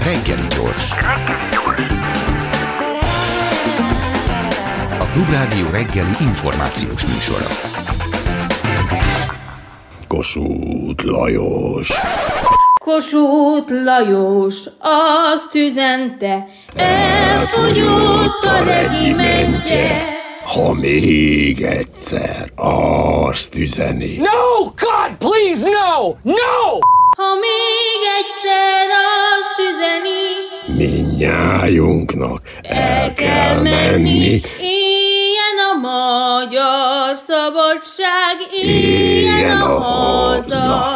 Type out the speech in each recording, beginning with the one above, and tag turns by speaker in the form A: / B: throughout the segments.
A: Reggeli gyors. A Klubrádió reggeli információs műsora.
B: Kossuth Lajos.
C: Kossuth Lajos azt üzente, elfogyott a regimentje.
B: Ha még egyszer azt üzeni.
D: No, God, please, no! No!
C: Ha még egyszer azt üzeni,
B: Mindnyájunknak el kell menni.
C: éljen a magyar szabadság, éljen a haza.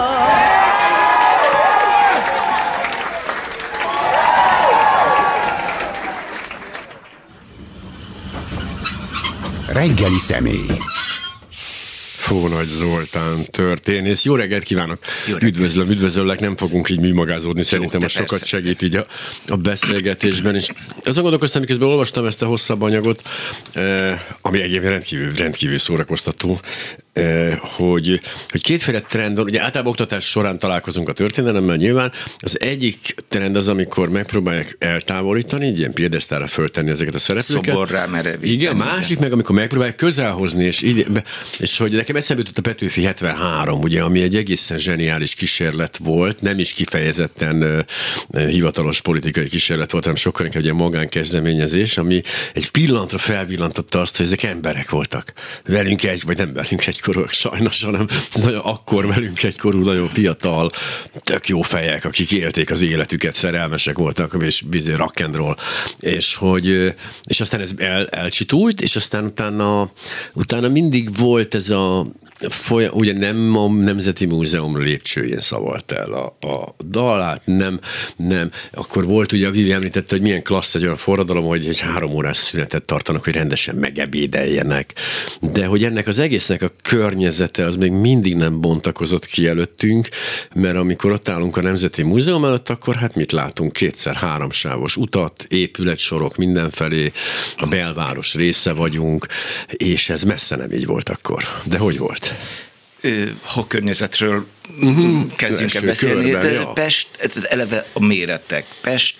A: Reggeli személy.
E: Nagy Zoltán történész. Jó reggelt kívánok! Üdvözöllek, nem fogunk így műmagázódni, szerintem az sokat segít így a beszélgetésben. És azon gondolkoztam, miközben olvastam ezt a hosszabb anyagot, ami egyébként rendkívül szórakoztató, hogy kétféle trend van, ugye általában oktatás során találkozunk a történelemmel nyilván. Az egyik trend az, amikor megpróbálják eltávolítani, így ilyen piedesztára föltenni ezeket a szereplőket.
F: Szoborrá merevíteni.
E: Igen, másik meg, amikor megpróbálják közelhozni, és hogy nekem eszembe jutott a Petőfi 73, ugye, ami egy egészen zseniális kísérlet volt, nem is kifejezetten hivatalos politikai kísérlet volt, hanem sokkal inkább egy magánkezdeményezés, ami egy pillanatra felvillantotta azt, hogy ezek emberek voltak. Velünk vagy nem velünk egykorúak sajnos, hanem akkor velünk egykorú, nagyon fiatal, tök jó fejek, akik élték az életüket, szerelmesek voltak, és rock and roll. És aztán ez elcsitult, és aztán utána mindig volt ez ugye nem a Nemzeti Múzeum lépcsőjén szavalt el a dalát, nem. Akkor volt, ugye a Vivi említette, hogy milyen klassz egy olyan forradalom, hogy egy 3 órás szünetet tartanak, hogy rendesen megebédeljenek. De hogy ennek az egésznek a környezete az még mindig nem bontakozott ki előttünk, mert amikor ott állunk a Nemzeti Múzeum előtt, akkor hát mit látunk? 2x3 sávos utat, épületsorok mindenfelé, a belváros része vagyunk, és ez messze nem így volt akkor. De hogy volt?
F: Ha környezetről kezdjünk el beszélni, de Pest, eleve a méretek. Pest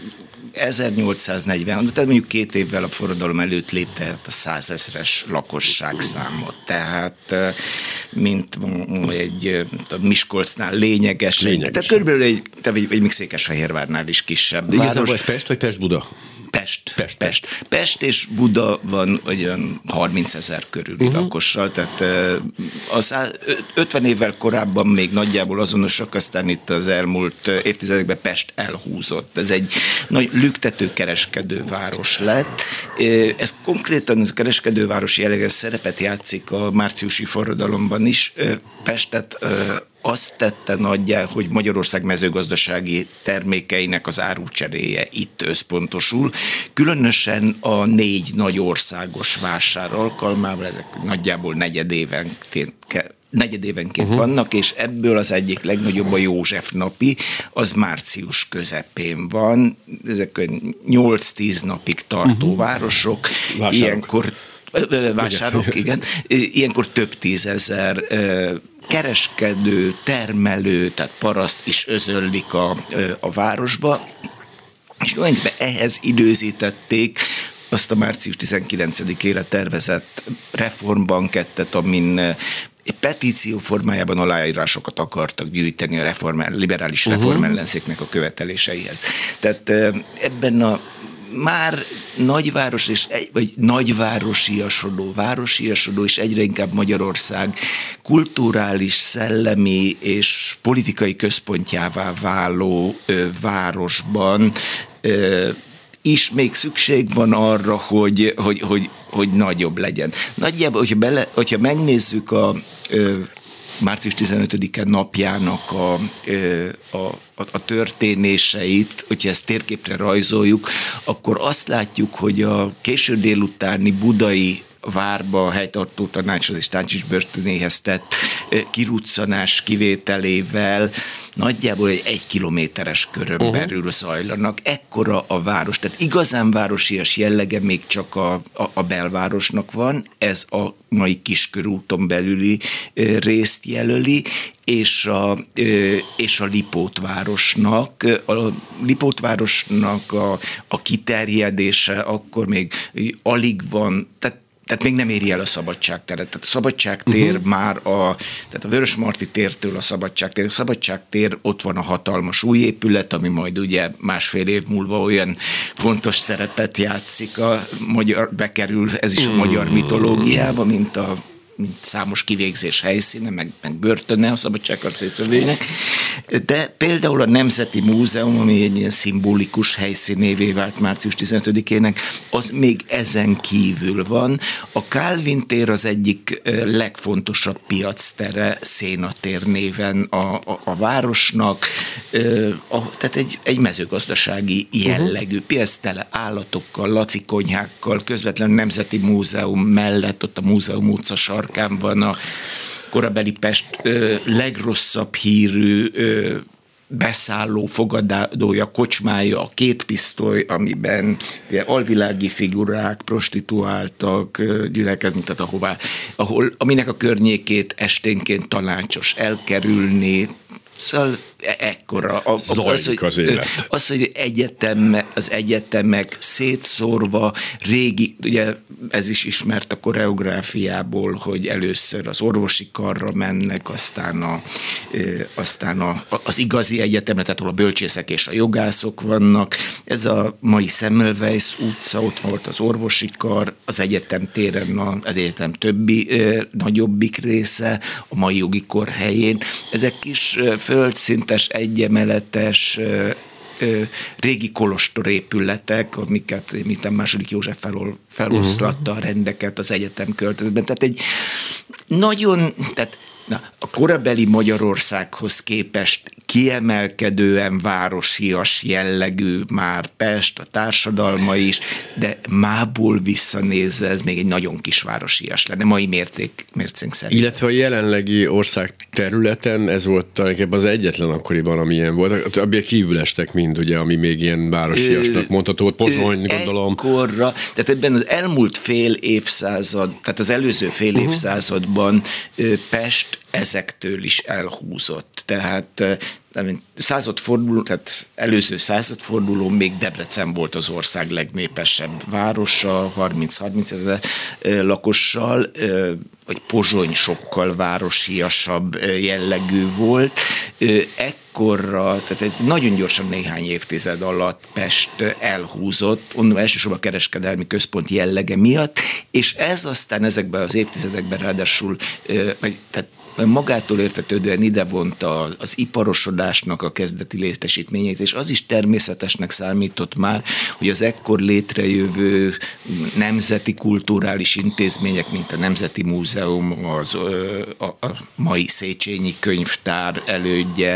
F: 1840, tehát mondjuk 2 évvel a forradalom előtt lépte a 100 000-es lakosságszámot, tehát mint egy Miskolcnál lényeges. Tehát körülbelül egy még Székesfehérvárnál is kisebb város.
E: Ez Pest vagy Pest-Buda?
F: Pest és Buda van olyan 30 000 körüli lakossal, tehát 50 évvel korábban még nagyjából azonosak, aztán itt az elmúlt évtizedekben Pest elhúzott. Ez egy nagy lüktető kereskedőváros lett. Ez konkrétan ez a kereskedővárosi jelleges szerepet játszik a márciusi forradalomban is. Pestet azt tette nagyjá, hogy Magyarország mezőgazdasági termékeinek az árucseréje itt összpontosul. Különösen a 4 nagy országos vásár alkalmával, ezek nagyjából negyedévenként vannak, és ebből az egyik legnagyobb a József napi, az március közepén van. Ezek 8-10 napig tartó városok. Vásárok, igen. Ilyenkor több 10 000 kereskedő, termelő, tehát paraszt is özöllik a városba, és ehhez időzítették azt a március 19-ére tervezett reformbankettet, amin petíció formájában aláírásokat akartak gyűjteni a liberális reformellenzéknek a követeléseihez. Tehát ebben a már nagyváros vagy városiasodó és egyre inkább Magyarország kulturális, szellemi és politikai központjává váló városban is még szükség van arra, hogy nagyobb legyen. Nagyjából, hogyha megnézzük a március 15-e napjának a történéseit, hogyha ezt térképre rajzoljuk, akkor azt látjuk, hogy a késő délutáni budai várba a helytartó tanácshoz és Táncsics börtönéhez tett kiruccanás kivételével nagyjából egy kilométeres körön belül zajlanak. Ekkora a város, tehát igazán városias jellege még csak a belvárosnak van, ez a mai Kiskörúton belüli részt jelöli, és a Lipótvárosnak. A Lipótvárosnak a kiterjedése akkor még alig van, tehát még nem éri el a Szabadságteret. Tehát a Szabadságtér már tehát a Vörösmarty tértől a Szabadságtér. A Szabadságtér, ott van a hatalmas új épület, ami majd ugye másfél év múlva olyan fontos szerepet játszik, bekerül, ez is a magyar mitológiába, mint számos kivégzés helyszíne, meg börtöne a szabadságharc résztvevőinek. De például a Nemzeti Múzeum, ami egy ilyen szimbolikus helyszínévé vált március 15-ének, az még ezen kívül van. A Kálvin tér az egyik legfontosabb piactere Szénatér néven a városnak, tehát egy mezőgazdasági jellegű piac, tele állatokkal, lacikonyhákkal, közvetlenül Nemzeti Múzeum mellett, ott a Múzeum utca sarkán van a korabeli Pest legrosszabb hírű beszálló, fogadója, kocsmája, a Két pisztoly, amiben alvilági figurák, prostituáltak gyülekezni, tehát aminek a környékét esténként tanácsos elkerülni. Szóval ekkora.
E: Zajlik az élet.
F: Az, hogy az egyetemek szétszórva, régi, ugye ez is ismert a koreográfiából, hogy először az orvosi karra mennek, aztán az igazi egyetemre, tehát ahol a bölcsészek és a jogászok vannak. Ez a mai Semmelweis utca, ott volt az orvosi kar, az egyetem téren az egyetem többi nagyobbik része, a mai jogi kor helyén. Ezek kis földszintes, egyemeletes régi kolostorépületek, amiket mint a II. József feloszlatta a rendeket az egyetem költözetben. Tehát egy nagyon, a korabeli Magyarországhoz képest kiemelkedően városias jellegű már Pest, a társadalma is, de mából visszanézve ez még egy nagyon kisvárosias lenne, mai mércénk szerint.
E: Illetve a jelenlegi ország területen ez volt tulajdonképpen az egyetlen akkoriban, ami ilyen volt. Abban kívül estek mind, ugye, ami még ilyen városiasnak mondható, Pozsony, gondolom.
F: Ekkorra, tehát ebben az elmúlt fél évszázad, tehát az előző fél évszázadban Pest ezektől is elhúzott. Tehát előző századforduló még Debrecen volt az ország legnépesebb városa, 30-30 ezer lakossal, vagy Pozsony sokkal városiasabb jellegű volt. Ekkorra, tehát egy nagyon gyorsan néhány évtized alatt Pest elhúzott, onnan elsősorban a kereskedelmi központ jellege miatt, és ez aztán ezekben az évtizedekben ráadásul, tehát magától értetődően idevonta az iparosodásnak a kezdeti létesítményét, és az is természetesnek számított már, hogy az ekkor létrejövő nemzeti kulturális intézmények, mint a Nemzeti Múzeum, a mai Széchenyi Könyvtár elődje,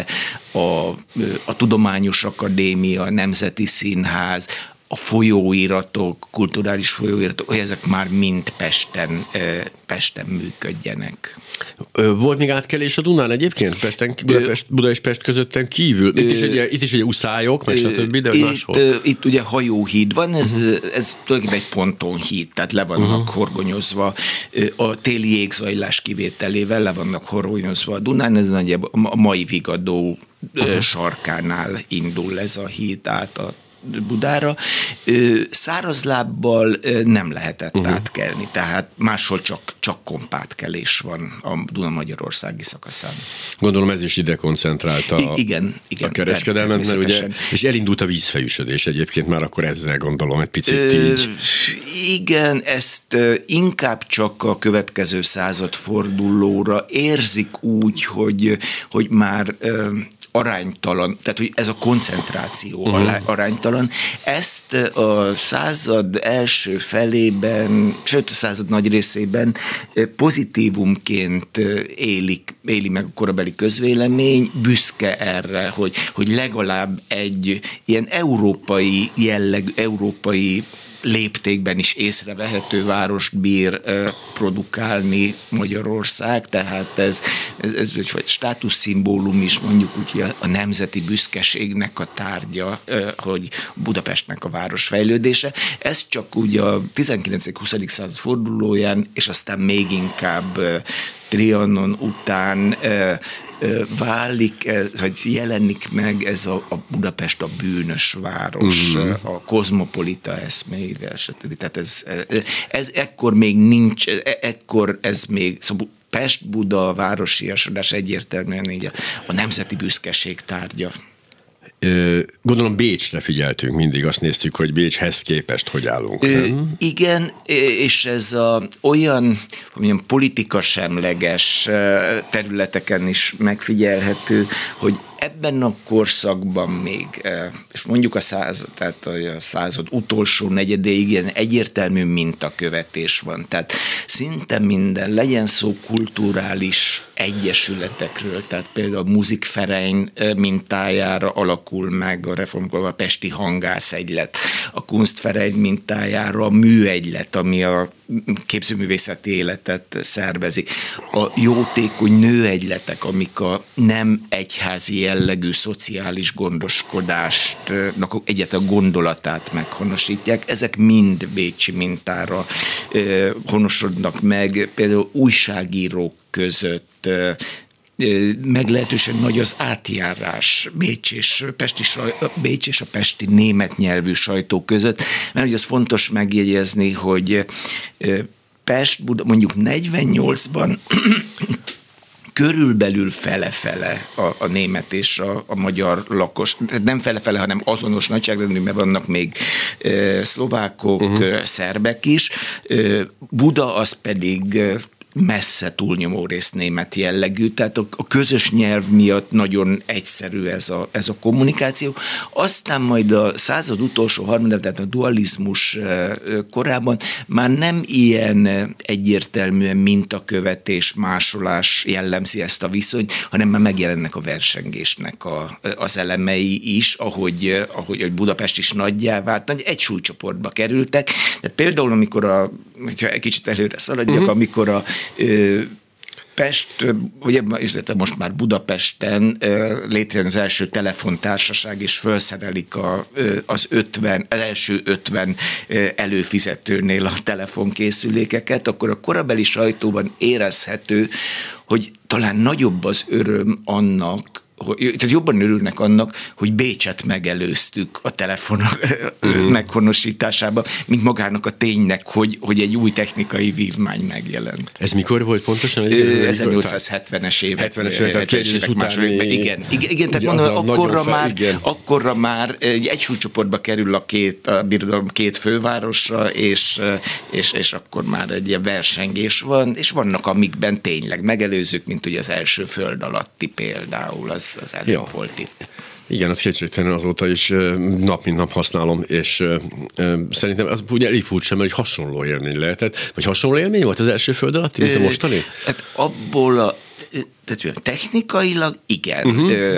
F: a Tudományos Akadémia, a Nemzeti Színház, a folyóiratok, kulturális folyóiratok, hogy ezek már mind Pesten működjenek.
E: Volt még átkelés a Dunán egyébként? Buda és Pest közötten kívül? Itt is ugye uszályok, meg stb., de máshol?
F: Itt ugye hajóhíd van, ez tulajdonképpen egy pontonhíd, tehát le vannak horgonyozva, a téli égzajlás kivételével le vannak horgonyozva a Dunán, ez nagyjából a mai Vigadó sarkánál indul ez a híd át a Budára. Szárazlábbal nem lehetett átkelni, tehát máshol csak kompátkelés van a Duna-magyarországi szakaszán.
E: Gondolom ez is ide koncentrálta
F: igen,
E: a kereskedelmet, mert ugye, és elindult a vízfejűsödés egyébként, már akkor ezzel gondolom egy picit így.
F: Igen, ezt inkább csak a következő századfordulóra érzik úgy, hogy már aránytalan, tehát hogy ez a koncentráció aránytalan. Ezt a század első felében, sőt a század nagy részében pozitívumként éli meg a korabeli közvélemény, büszke erre, hogy legalább egy ilyen európai jellegű, európai léptékben is észrevehető várost bír produkálni Magyarország, tehát ez egyfajta státuszszimbólum is, mondjuk úgy a nemzeti büszkeségnek a tárgya, hogy Budapestnek a városfejlődése. Ez csak úgy a 19.-20. század fordulóján, és aztán még inkább Trianon után válik, vagy jelenik meg ez a Budapest a bűnös város, a kozmopolita eszméivel, stb. Tehát ez ekkor még nincs, ekkor ez még, szóval Pest-Buda városiasodás egyértelműen így a nemzeti büszkeség tárgya.
E: Gondolom Bécsre figyeltünk mindig, azt néztük, hogy Bécshez képest hogy állunk.
F: Igen, és ez olyan politikasemleges területeken is megfigyelhető, hogy ebben a korszakban még, és mondjuk a század utolsó negyedéig ilyen egyértelmű mintakövetés van. Tehát szinte minden, legyen szó kulturális egyesületekről, tehát például a Musikverein mintájára alakul meg a reformkorban a Pesti Hangászegylet, a Kunstverein mintájára a Műegylet, ami a képzőművészeti életet szervezi. A jótékony nőegyletek, amik a nem egyházi jellegű szociális gondoskodásnak egyáltalán gondolatát meghonosítják, ezek mind bécsi mintára honosodnak meg, például újságírók között meglehetősen nagy az átjárás Bécs és a pesti német nyelvű sajtó között, mert ugye az fontos megjegyezni, hogy Pest, mondjuk 48-ban körülbelül fele-fele a német és a magyar lakos, nem fele-fele, hanem azonos nagyságrendűben vannak még szlovákok, szerbek is. Buda az pedig messze túlnyomó részt német jellegű, tehát a közös nyelv miatt nagyon egyszerű ez a kommunikáció. Aztán majd a század utolsó harmadában, tehát a dualizmus korában már nem ilyen egyértelműen mintakövetés, másolás jellemzi ezt a viszonyt, hanem már megjelennek a versengésnek az elemei is, ahogy Budapest is nagyjá vált, egy súlycsoportba kerültek. Tehát például, amikor hogyha egy kicsit előre szaladjak, amikor a Pest, ugye most már Budapesten létrejön az első telefontársaság, és felszerelik az első 50 előfizetőnél a telefonkészülékeket, akkor a korabeli sajtóban érezhető, hogy talán nagyobb az öröm annak, tehát jobban örülnek annak, hogy Bécset megelőztük a telefon meghonosításában, mint magának a ténynek, hogy egy új technikai vívmány megjelent.
E: Ez mikor volt pontosan?
F: 1870-es évek.
E: 70-es évek utáni...
F: Igen, tehát mondom, akkorra már egy súlycsoportba kerül a birodalom két fővárosra, és akkor már egy ilyen versengés van, és vannak, amikben tényleg megelőzők, mint ugye az első föld alatti például, az előbb volt itt.
E: Igen, az kétségtelen azóta is nap mint nap használom, és szerintem az ugye elég furcsa, mert egy hasonló élmény lehetett, vagy hasonló élmény volt az első föld alatti, mint a mostani?
F: Hát abból tehát technikailag igen.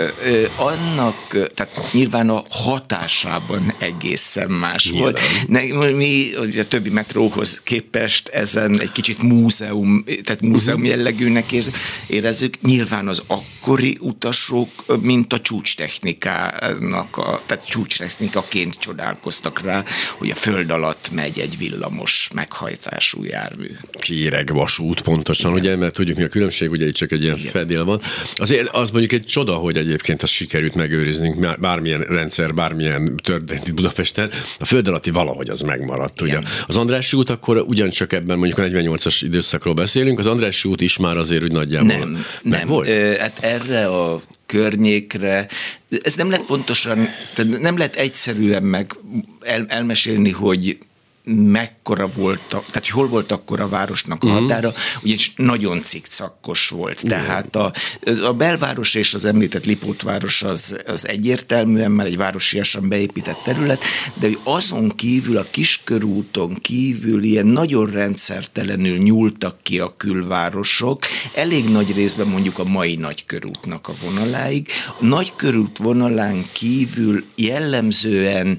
F: Annak, tehát nyilván a hatásában egészen más volt. Mi a többi metróhoz képest ezen egy kicsit múzeum jellegűnek érezzük. Nyilván az akkori utasok, mint a csúcstechnikának, tehát csúcstechnikaként csodálkoztak rá, hogy a föld alatt megy egy villamos meghajtású jármű.
E: Kéreg vasút pontosan, igen. Ugye, mert tudjuk mi a különbség, ugye itt csak egy ilyen fedél van. Azért az mondjuk egy csoda, hogy egyébként azt sikerült megőriznünk, bármilyen rendszer, bármilyen történt Budapesten, a föld alatti valahogy az megmaradt. Ugye. Az Andrássy út akkor ugyancsak ebben mondjuk a 48-as időszakról beszélünk, az Andrássy út is már azért úgy nagyjából
F: nem volt. Hát erre a környékre, ez nem lehet pontosan, tehát nem lehet egyszerűen elmesélni, hogy mekkora volt, tehát hol volt akkor a városnak a határa, ugyanis nagyon cikcakkos volt. Tehát a belváros és az említett Lipótváros az egyértelműen már egy városiasan beépített terület, de azon kívül, a Kiskörúton kívül ilyen nagyon rendszertelenül nyúltak ki a külvárosok, elég nagy részben mondjuk a mai Nagykörútnak a vonaláig. A Nagykörút vonalán kívül jellemzően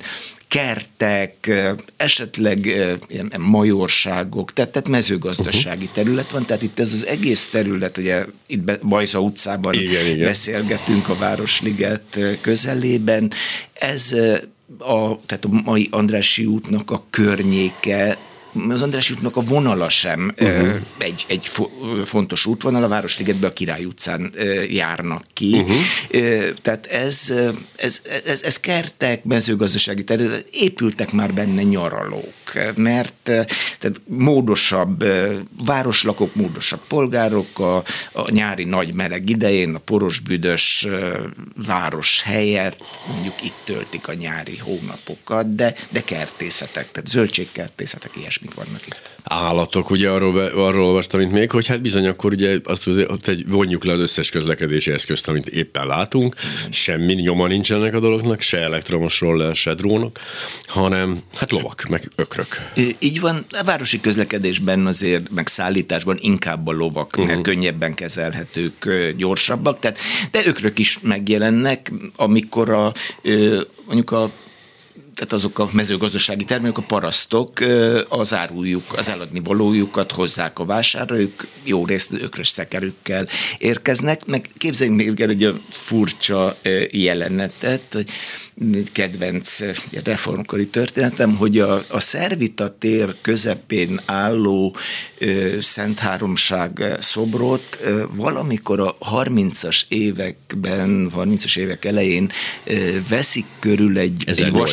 F: kertek, esetleg ilyen majorságok, tehát mezőgazdasági terület van, tehát itt ez az egész terület, ugye itt Bajza utcában beszélgetünk a Városliget közelében, ez tehát a mai Andrássy útnak a környéke, az Andrássy útnak a vonala sem egy fontos útvonal, a Városligetben a Király utcán járnak ki. Tehát ez kertek, mezőgazdasági terület, épültek már benne nyaralók, mert tehát módosabb városlakók, módosabb polgárok a nyári nagy meleg idején, a poros-büdös város helyett mondjuk itt töltik a nyári hónapokat, de kertészetek, tehát zöldségkertészetek, ilyesmik vannak itt.
E: Állatok, ugye arról olvastam itt még, hogy hát bizony akkor ugye azt vonjuk le az összes közlekedési eszközt, amit éppen látunk, semmi nyoma nincs ennek a dolognak, se elektromos roller, se drónok, hanem hát lovak, meg ökrök.
F: Így van, a városi közlekedésben azért, meg szállításban inkább a lovak, mert könnyebben kezelhetők, gyorsabbak, de ökrök is megjelennek, amikor mondjuk tehát azok a mezőgazdasági termelők, a parasztok az eladni valójukat hozzák a vásárra, ők jó részt ökrös szekerükkel érkeznek, meg képzeljünk még egy furcsa jelenetet, hogy kedvenc reformkori történetem, hogy a Szervita tér közepén álló Szent Háromság szobrot valamikor a 30-as évek elején veszik körül egy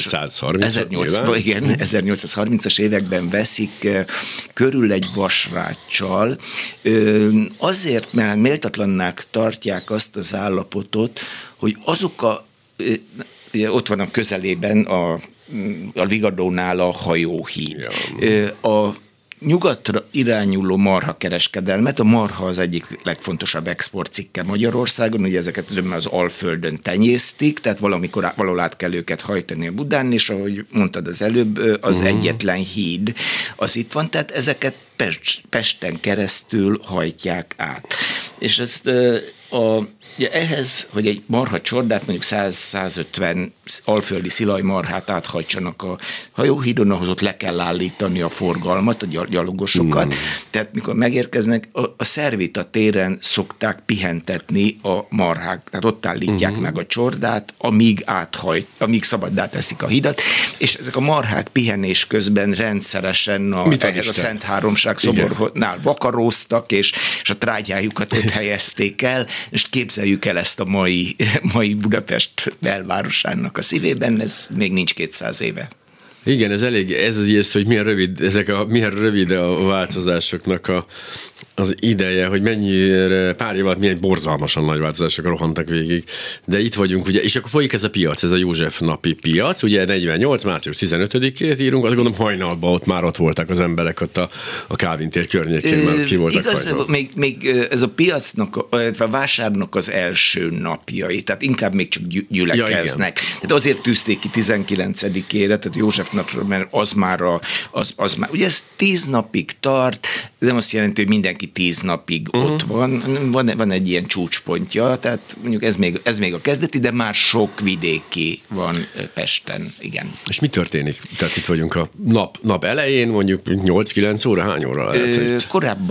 F: 1830-as években veszik körül egy vasráccsal, azért, mert méltatlannak tartják azt az állapotot, hogy azok ott van a közelében a Vigadónál a hajóhíd. A nyugatra irányuló marhakereskedelmet, a marha az egyik legfontosabb exportcikke Magyarországon, ugye ezeket az Alföldön tenyésztik, tehát valahol át kell őket hajtani a Budán, és ahogy mondtad az előbb, az egyetlen híd az itt van, tehát ezeket Pesten keresztül hajtják át. És ezt ehhez, hogy egy marha csordát, mondjuk 100-150 alföldi szilajmarhát áthajtsanak a hajóhídon, ahhoz ott le kell állítani a forgalmat, a gyalogosokat. Tehát mikor megérkeznek, a Szervita téren szokták pihentetni a marhák. Tehát ott állítják meg a csordát, amíg szabaddá teszik a hidat, és ezek a marhák pihenés közben rendszeresen a Szent Háromság szobornál vakaróztak, és a trágyájukat ott helyezték el, és képzeljük el ezt a mai Budapest belvárosának a szívében, ez még nincs 200 éve.
E: Igen, ez az ijesztő, hogy milyen rövid a változásoknak az ideje, hogy mennyire pár év alatt milyen borzalmasan nagy változások rohantak végig. De itt vagyunk, ugye, és akkor folyik ez a piac, ez a József napi piac, ugye 48. március 15-ét írunk, azt gondolom hajnalban ott voltak az emberek ott a Kálvin tér környékén, már ki voltak
F: igazából még ez a piacnak, a vásárnak az első napjai, tehát inkább még csak gyülekeznek. Tehát azért tűzték ki 19-ére, tehát József napra, mert az már, ugye ez 10 napig tart, nem azt jelenti, hogy mindenki 10 napig ott van egy ilyen csúcspontja, tehát mondjuk ez még a kezdeti, de már sok vidéki van Pesten, igen.
E: És mi történik? Tehát itt vagyunk a nap elején, mondjuk 8-9 óra, hány óra lehet?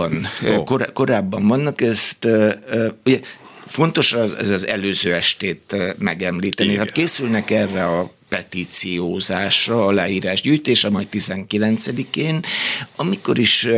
F: Korábban vannak, ezt ugye fontos ez az előző estét megemlíteni. Hát készülnek erre a petíciózásra, a leírásgyűjtésre, majd 19-én, amikor is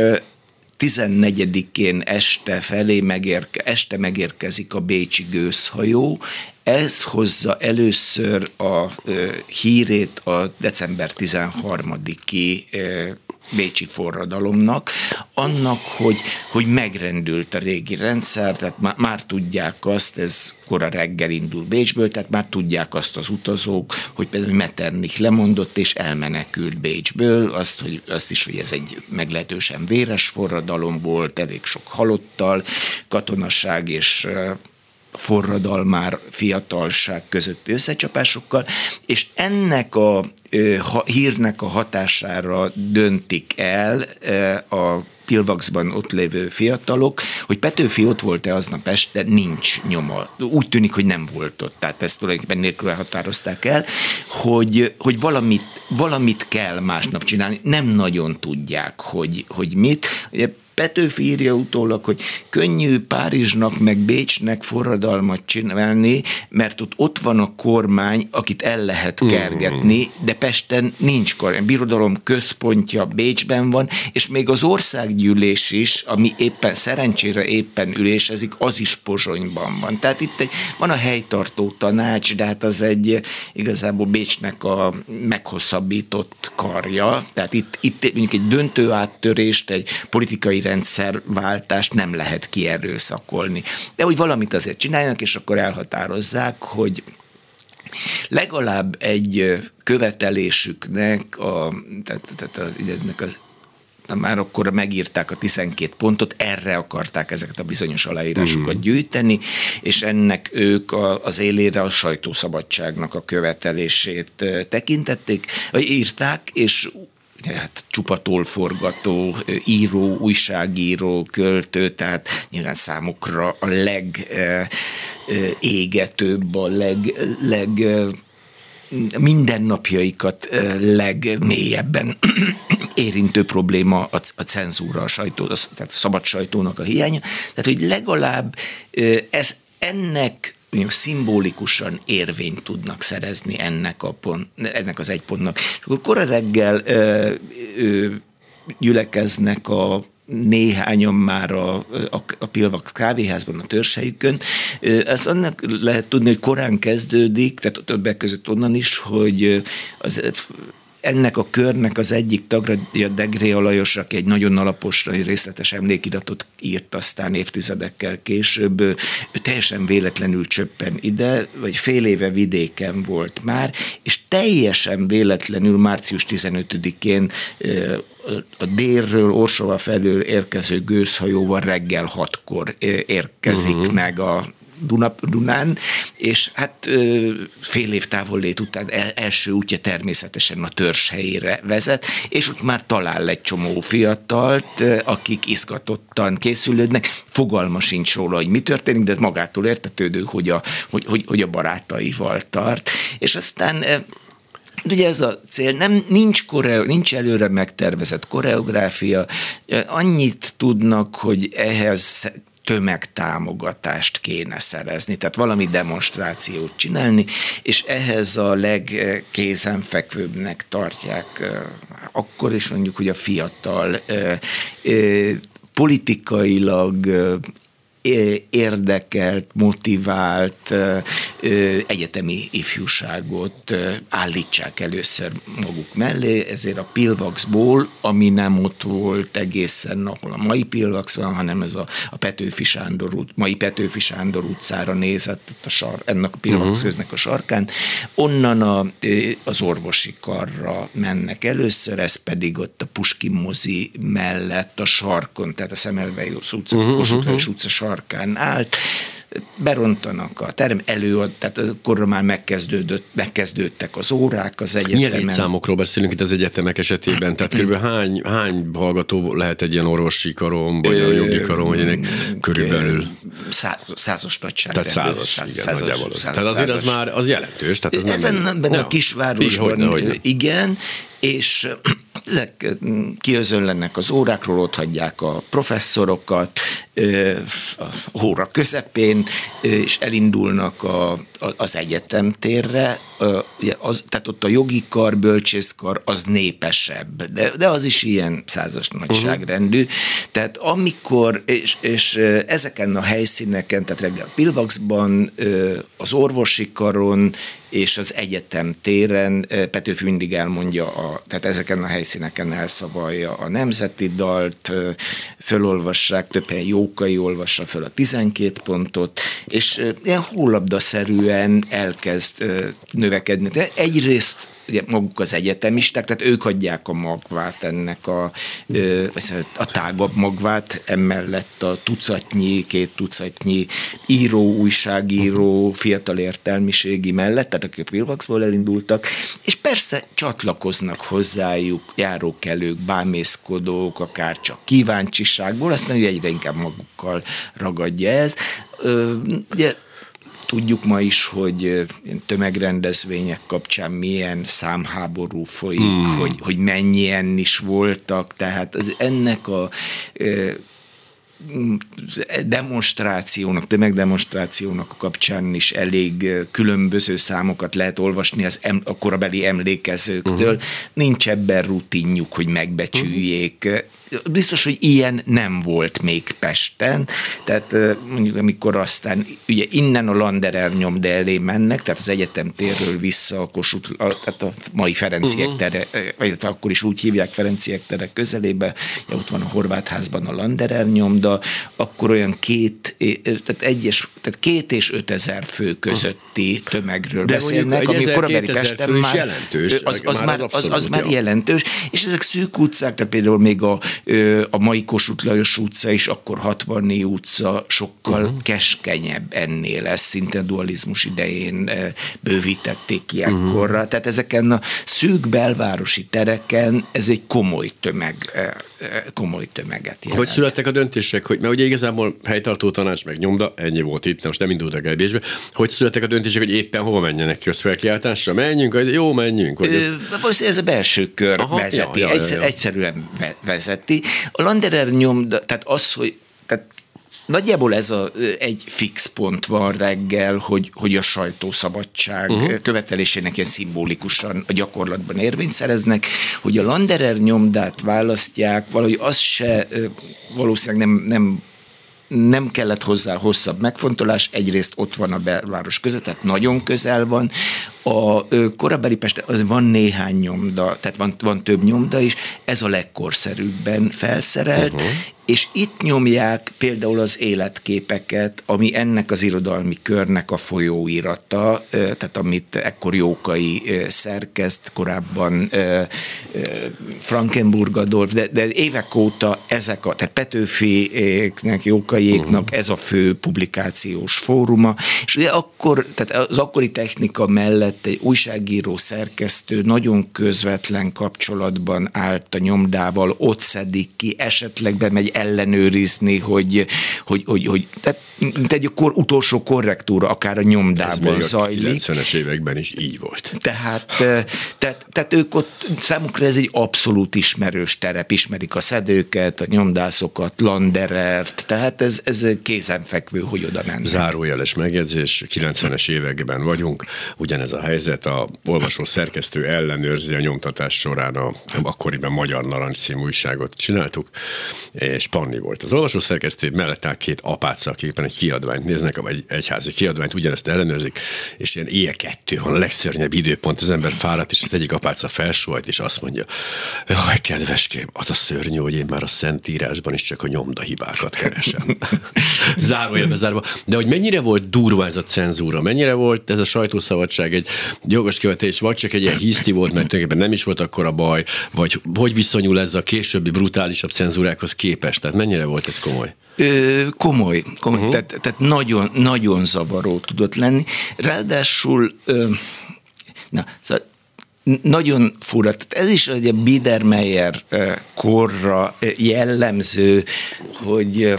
F: 14-én este megérkezik a bécsi gőzhajó. Ez hozza először a hírét a december 13-i bécsi forradalomnak, annak, hogy megrendült a régi rendszer, tehát már tudják azt, ez kora reggel indul Bécsből, tehát már tudják azt az utazók, hogy például Metternich lemondott és elmenekült Bécsből, azt is, hogy ez egy meglehetősen véres forradalom volt, elég sok halottal, katonaság és forradalmár, fiatalság közötti összecsapásokkal, és ennek a hírnek a hatására döntik el a Pilvaxban ott lévő fiatalok, hogy Petőfi ott volt-e aznap este, nincs nyoma. Úgy tűnik, hogy nem volt ott, tehát ezt tulajdonképpen nélkül határozták el, hogy valamit kell másnap csinálni, nem nagyon tudják, hogy mit. Ugye Petőfi írja utólag, hogy könnyű Párizsnak meg Bécsnek forradalmat csinálni, mert ott van a kormány, akit el lehet kergetni, de Pesten nincs kormány. A birodalom központja Bécsben van, és még az országgyűlés is, ami éppen szerencsére éppen ülésezik, az is Pozsonyban van. Tehát itt van a helytartó tanács, de hát az egy igazából Bécsnek a meghosszabbított karja. Tehát itt mondjuk egy döntő áttörést, egy politikai rendszerváltást nem lehet kierőszakolni. De hogy valamit azért csináljanak, és akkor elhatározzák, hogy legalább egy követelésüknek, már akkor megírták a 12 pontot, erre akarták ezeket a bizonyos aláírásokat gyűjteni, és ennek ők az élére a sajtószabadságnak a követelését tekintették, vagy írták, és hát csupa tollforgató, író, újságíró, költő, tehát nyilván számukra a legégetőbb, a mindennapjaikat legmélyebben érintő probléma a cenzúra, a sajtó, tehát a szabad sajtónak a hiánya. Tehát, hogy legalább ennek szimbolikusan érvényt tudnak szerezni ennek az egy pontnak. És akkor kora reggel gyülekeznek néhányan már a Pilvax kávéházban, a törzshelyükön. Ezt annak lehet tudni, hogy korán kezdődik, tehát többek között onnan is, hogy ennek a körnek az egyik tagja, Degré Lajos, aki egy nagyon alapos, részletes emlékiratot írt aztán évtizedekkel később, ő teljesen véletlenül csöppen ide, vagy fél éve vidéken volt már, és teljesen véletlenül március 15-én a délről, Orsova felől érkező gőzhajóval reggel 6-kor érkezik meg a Dunán, és hát fél év távollét után első útja természetesen a törzshelyére vezet, és ott már talál egy csomó fiatalt, akik izgatottan készülődnek, fogalma sincs róla, hogy mi történik, de magától értetődő, hogy a barátaival tart. És aztán ugye ez a cél, nincs előre megtervezett koreográfia, annyit tudnak, hogy ehhez tömegtámogatást kéne szerezni, tehát valami demonstrációt csinálni, és ehhez a legkézenfekvőbbnek tartják akkor is mondjuk, hogy a fiatal politikailag érdekelt, motivált egyetemi ifjúságot állítsák először maguk mellé, ezért a Pilvaxból, ami nem ott volt egészen, ahol a mai Pilvax van, hanem ez a mai Petőfi Sándor utcára nézett ennek a Pilvax köznek a sarkán, onnan az orvosi karra mennek először, ez pedig ott a Puskin mozi mellett a sarkon, tehát a Szemelweis utca, Kossuth utca sarkán állt, berontanak a terem tehát akkor már megkezdődtek az órák az egyetemen.
E: Milyen létszámokról beszélünk itt az egyetemek esetében? Tehát körülbelül hány hallgató lehet egy ilyen orvosi karon, vagy a jogi karon, vagy ennek körülbelül?
F: Százas nagyságrendű. Tehát
E: százas. Tehát azért az már az jelentős. Tehát az
F: ebben a kisvárosban igen, és kiözönlenek az órákról, ott hagyják a professzorokat a óra közepén, és elindulnak az egyetemtérre. Tehát ott a jogi kar, bölcsészkar az népesebb, de az is ilyen százas nagyságrendű. Tehát amikor, és ezeken a helyszíneken, tehát reggel Pilvaxban, az orvosi karon és az egyetem téren Petőfi mindig elmondja, tehát ezeken a helyszíneken elszavalja a nemzeti dalt, fölolvassák, több helyen Jókai olvassa föl a 12 pontot, és ilyen hólabdaszerűen elkezd növekedni. De egyrészt ugye maguk az egyetemisták, tehát ők adják a magvát ennek a tágabb magvát, emellett a két tucatnyi író, újságíró, fiatal értelmiségi mellett, tehát akik a Pilvaxból elindultak, és persze csatlakoznak hozzájuk járókelők, bámészkodók, akár csak kíváncsiságból, aztán ugye egyre inkább magukkal ragadja ez. Ugye tudjuk ma is, hogy tömegrendezvények kapcsán milyen számháború folyik, hogy mennyien is voltak, tehát ennek a tömegdemonstrációnak a kapcsán is elég különböző számokat lehet olvasni a korabeli emlékezőktől. Nincs ebben rutinjuk, hogy megbecsüljék. Biztos, hogy ilyen nem volt még Pesten, tehát mondjuk amikor aztán ugye innen a Landerer nyomda elé mennek, tehát az egyetem térről vissza a Kossuth, tehát a mai Ferenciek tere, vagy akkor is úgy hívják Ferenciek tere közelébe, ott van a Horvátházban a Landerer nyomda, akkor olyan 2 és 5 ezer fő közötti tömegről beszélnek, ami korabeli Pesten már jelentős, az már jelentős, és ezek szűk utcák, tehát például még a mai Kossuth Lajos utca is, akkor 64 utca sokkal keskenyebb ennél, ezt szinte a dualizmus idején bővítették ki ekkorra. Tehát ezeken a szűk belvárosi tereken ez egy komoly tömeget jelent.
E: Hogy születtek a döntések, mert ugye igazából helytartó tanács meg nyomda, ennyi volt itt, most nem indultak el Bécsbe. Hogy születtek a döntések, hogy éppen hova menjenek ki közfelkiáltásra? Menjünk, jó, menjünk.
F: Ez a belső kör vezeti, egyszerűen vezeti. A Landerer nyomda, tehát az, hogy nagyjából ez egy fix pont van reggel, hogy a sajtószabadság követelésének ilyen szimbolikusan a gyakorlatban érvényt szereznek, hogy a Landerer nyomdát választják, valahogy az se valószínűleg nem kellett hozzá hosszabb megfontolás, egyrészt ott van a belváros között, tehát nagyon közel van. A korabeli Pesten van néhány nyomda, tehát van több nyomda is, ez a legkorszerűbben felszerelt, és itt nyomják például az életképeket, ami ennek az irodalmi körnek a folyóirata, tehát amit ekkor Jókai szerkeszt, korábban Frankenburg Adolf, de évek óta tehát Petőfiéknek, Jókaiéknak ez a fő publikációs fóruma, és ugye tehát az akkori technika mellett egy újságíró, szerkesztő nagyon közvetlen kapcsolatban állt a nyomdával, ott szedik ki, esetleg bemegy ellenőrizni, hogy tehát egy utolsó korrektúra akár a nyomdában zajlik.
E: 90-es években is így volt.
F: Tehát ők ott, számukra ez egy abszolút ismerős terep, ismerik a szedőket, a nyomdászokat, Landerert, tehát ez kézenfekvő, hogy oda mennek.
E: Zárójeles megjegyzés, 90-es években vagyunk, ugyanez a helyzet, a olvasó szerkesztő ellenőrzi a nyomtatás során akkoriban Magyar Narancs című újságot csináltuk, és Panni volt az olvasó szerkesztő, mellett áll 2 apáca, akik éppen egy kiadványt néznek, vagy egyházi kiadványt, ugyanezt ellenőrzik, és ilyen éjjel 2 van, a legszörnyebb időpont, az ember fáradt, és az egyik apáca felsóhajt, és azt mondja, jaj, kedveském, az a szörnyű, hogy én már a Szentírásban is csak a nyomdahibákat keresem. Zárójelbe zárva. De hogy mennyire volt durva ez a cenzúra, mennyire volt ez a sajtószabadság egy jogos követés, vagy csak egy ilyen hiszti volt, mert tulajdonképpen nem is volt akkora baj, vagy hogy viszonyul ez a későbbi brutálisabb cenzúrákhoz képest? Tehát mennyire volt ez komoly?
F: Komoly. Tehát nagyon, nagyon zavaró tudott lenni. Ráadásul szóval nagyon fura. Tehát ez is ugye Biedermeier korra jellemző, hogy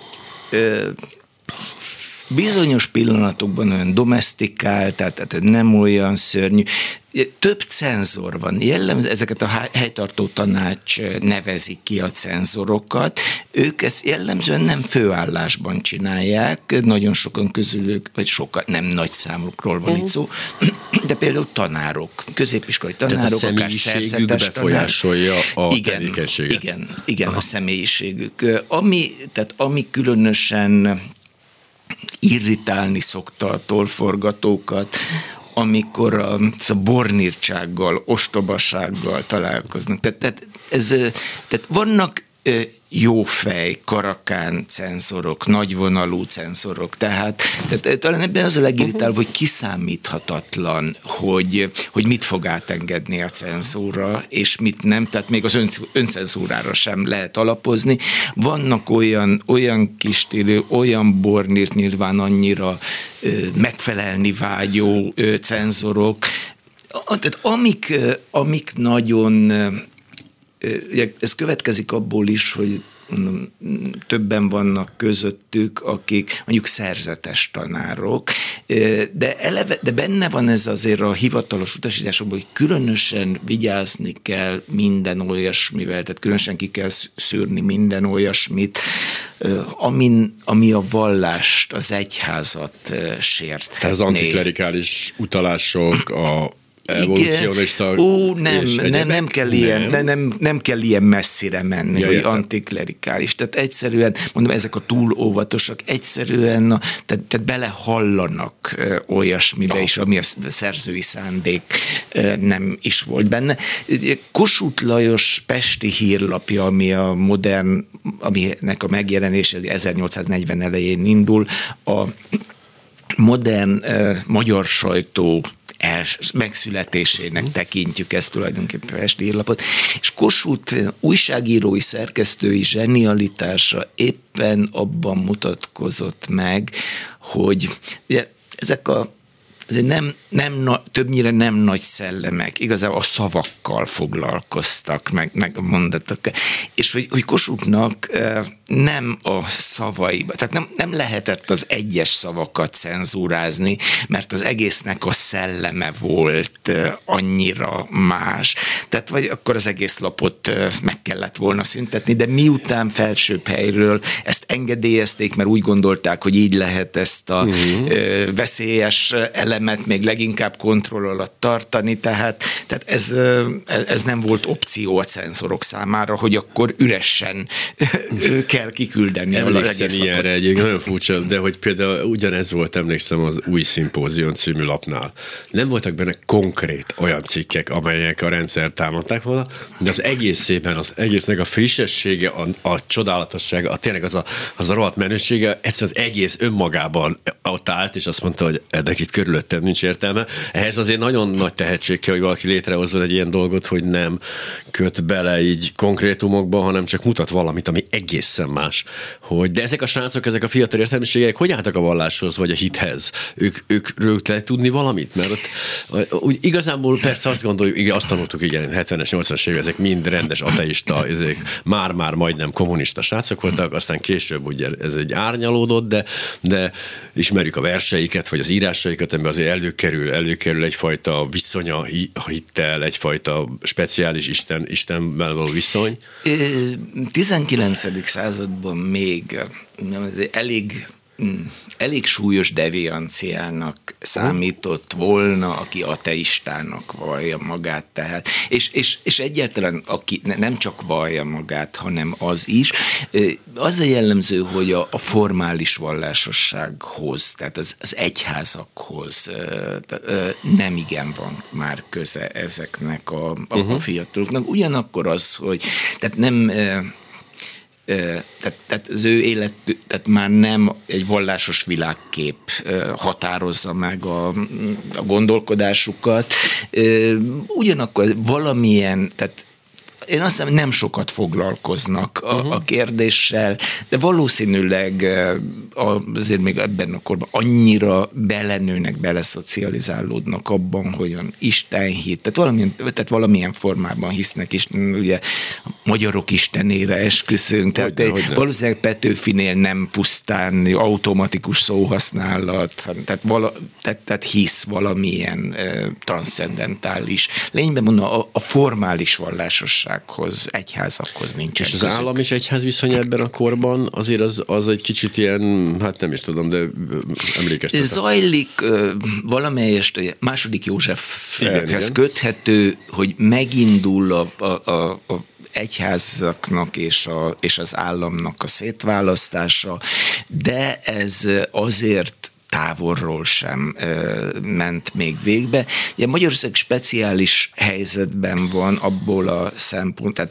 F: bizonyos pillanatokban olyan domesztikált, tehát nem olyan szörnyű. Több cenzor van. Jellemző, ezeket a helytartó tanács nevezi ki a cenzorokat. Ők ezt jellemzően nem főállásban csinálják, nagyon sokan közülük, vagy sokan, nem nagy számokról van itt szó, de például tanárok, középiskolai tanárok, akár szerzetes
E: befolyásolja a tevékenységet.
F: Igen, a személyiségük. Ami különösen irritálni szokta a tollforgatókat, amikor a bornírtsággal, ostobasággal találkoznak. Tehát vannak jófej, karakán cenzorok, nagyvonalú cenzorok, tehát talán ebben az a legirritálóbb, hogy kiszámíthatatlan, hogy mit fog átengedni a cenzúra, és mit nem, tehát még az öncenzúrára sem lehet alapozni. Vannak olyan kis stílű, olyan bornírt nyilván annyira megfelelni vágyó cenzorok, tehát amik nagyon... Ez következik abból is, hogy többen vannak közöttük, akik mondjuk szerzetes tanárok, de benne van ez azért a hivatalos utasításokban, hogy különösen vigyázni kell minden olyasmivel, tehát különösen ki kell szűrni minden olyasmit, ami a vallást, az egyházat sérthetné.
E: Az antiklerikális utalások, a evolúcionista...
F: Nem kell ilyen messzire menni, hogy antiklerikális. Tehát egyszerűen, mondom, ezek a túl óvatosak, egyszerűen tehát belehallanak olyasmibe is, ami a szerzői szándék nem is volt benne. Kossuth Lajos pesti hírlapja, ami a modern, aminek a megjelenése 1840 elején indul, a modern magyar sajtó megszületésének tekintjük ezt tulajdonképpen a pesti hírlapot, és Kossuth újságírói, szerkesztői zsenialitása éppen abban mutatkozott meg, hogy ezek többnyire nem nagy szellemek, igazából a szavakkal foglalkoztak, meg a mondatokkal, és hogy Kossuthnak nem a szavaiba, tehát nem lehetett az egyes szavakat cenzúrázni, mert az egésznek a szelleme volt annyira más. Tehát vagy akkor az egész lapot meg kellett volna szüntetni, de miután felsőbb helyről ezt engedélyezték, mert úgy gondolták, hogy így lehet ezt a veszélyes elemet még leginkább kontroll alatt tartani, tehát ez nem volt opció a cenzorok számára, hogy akkor üresen kell kiküldeni az egész
E: ilyenre egyébként nagyon furcsa, de hogy például ugyanez volt, emlékszem, az Új Szimpózium című lapnál. Nem voltak benne konkrét olyan cikkek, amelyek a rendszert támadták volna, de az egészében, az egésznek a frissessége, a csodálatossága, tényleg az a rohadt menősége, egyszerűen az egész önmagában ott állt, és azt mondta, hogy ennek itt körülöttem nincs értelme. Ehhez azért nagyon nagy tehetség kell, hogy valaki létrehozzon egy ilyen dolgot, hogy nem köt bele így konkrétumokba, hanem csak mutat valamit, ami egészen más. De ezek a srácok, ezek a fiatal értelmiségek hogy álltak a valláshoz, vagy a hithez? Ők lehet tudni valamit? Mert úgy igazából persze azt gondoljuk, igen, azt tanultuk, igen, 70-es, 80-as évek, ezek mind rendes ateista, ezek már majdnem kommunista srácok voltak, aztán később ugye ez egy árnyalódott, de ismerjük a verseiket, vagy az írásaikat, amiben azért előkerül egyfajta viszony a hittel, egyfajta speciális Istenben való viszony.
F: 19. században még elég súlyos devianciának számított volna, aki ateistának vallja magát, tehát, és egyáltalán aki nem csak vallja magát, hanem az is. Az a jellemző, hogy a formális vallásossághoz, tehát az egyházakhoz nem igen van már köze ezeknek a fiataloknak. Ugyanakkor az, hogy tehát nem... Tehát az ő élet, tehát már nem egy vallásos világkép határozza meg a gondolkodásukat. Ugyanakkor valamilyen, tehát én azt hiszem, nem sokat foglalkoznak a kérdéssel, de valószínűleg azért még ebben a korban annyira belenőnek, beleszocializálódnak abban, hogy istenhit, tehát valamilyen formában hisznek is, ugye a magyarok istenére eszküszünk, tehát valószínűleg Petőfinél nem pusztán automatikus szóhasználat, tehát hisz valamilyen transzcendentális. Lényegben mondom, a formális vallásosság egyházakhoz nincsen.
E: És az állam és egyház viszony ebben a korban azért az egy kicsit ilyen, hát nem is tudom, de emlékeztetek.
F: Zajlik valamelyest második Józsefhez köthető, hogy megindul a egyházaknak és az államnak a szétválasztása, de ez azért távolról sem ment még végbe. Ugye Magyarország speciális helyzetben van abból a szempont, tehát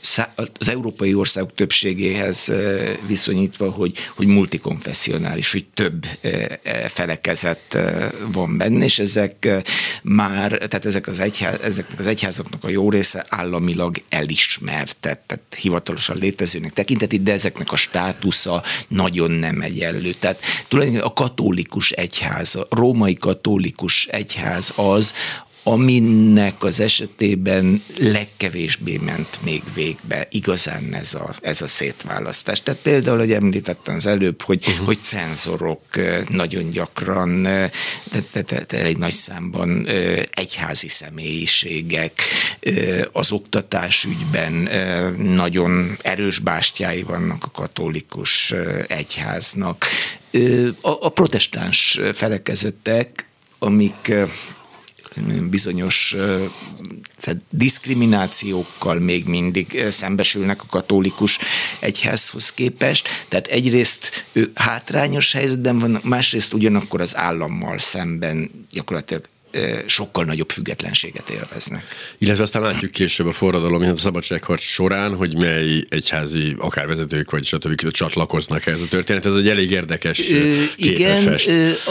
F: az európai országok többségéhez viszonyítva, hogy multikonfessionális, hogy több felekezet van benne, és ezek már, tehát ezeknek az egyházaknak a jó része államilag elismertett, tehát hivatalosan létezőnek tekinteti, de ezeknek a státusza nagyon nem egyenlő. Tehát tulajdonképpen a katolikus egyház, a római katolikus egyház az, aminek az esetében legkevésbé ment még végbe igazán ez a szétválasztás. Tehát például, hogy említettem az előbb, hogy cenzorok nagyon gyakran, elég nagy számban egyházi személyiségek, az oktatásügyben nagyon erős bástyái vannak a katolikus egyháznak. A protestáns felekezetek, amik bizonyos diszkriminációkkal még mindig szembesülnek a katolikus egyházhoz képest. Tehát egyrészt ő hátrányos helyzetben vannak, másrészt ugyanakkor az állammal szemben gyakorlatilag sokkal nagyobb függetlenséget élveznek.
E: Illetve aztán látjuk később a forradalom, a szabadságharc során, hogy mely egyházi akár vezetők, vagy stb. Csatlakoznak ehhez a történet. Ez egy elég érdekes képet fest.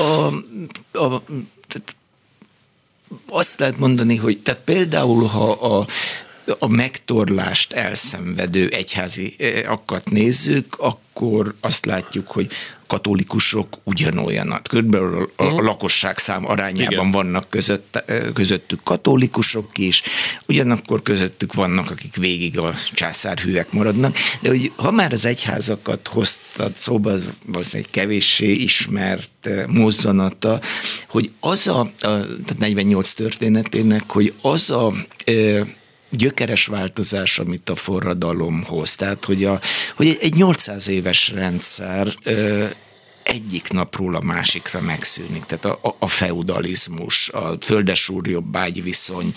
E: Azt lehet mondani, hogy tehát például, ha a megtorlást elszenvedő egyháziakat nézzük, akkor azt látjuk, hogy katolikusok ugyanolyanat. Körülbelül a lakosság szám arányában igen, vannak közöttük katolikusok is, ugyanakkor közöttük vannak, akik végig a császárhűek maradnak, de hogy ha már az egyházakat hoztad szóba, az valószínűleg kevéssé ismert mozzanata, hogy az tehát 48 történetének, hogy az a gyökeres változás, amit a forradalom hoz. Tehát, hogy egy 800 éves rendszer egyik napról a másikra megszűnik. Tehát a feudalizmus, a földesúr-jobbágy viszony,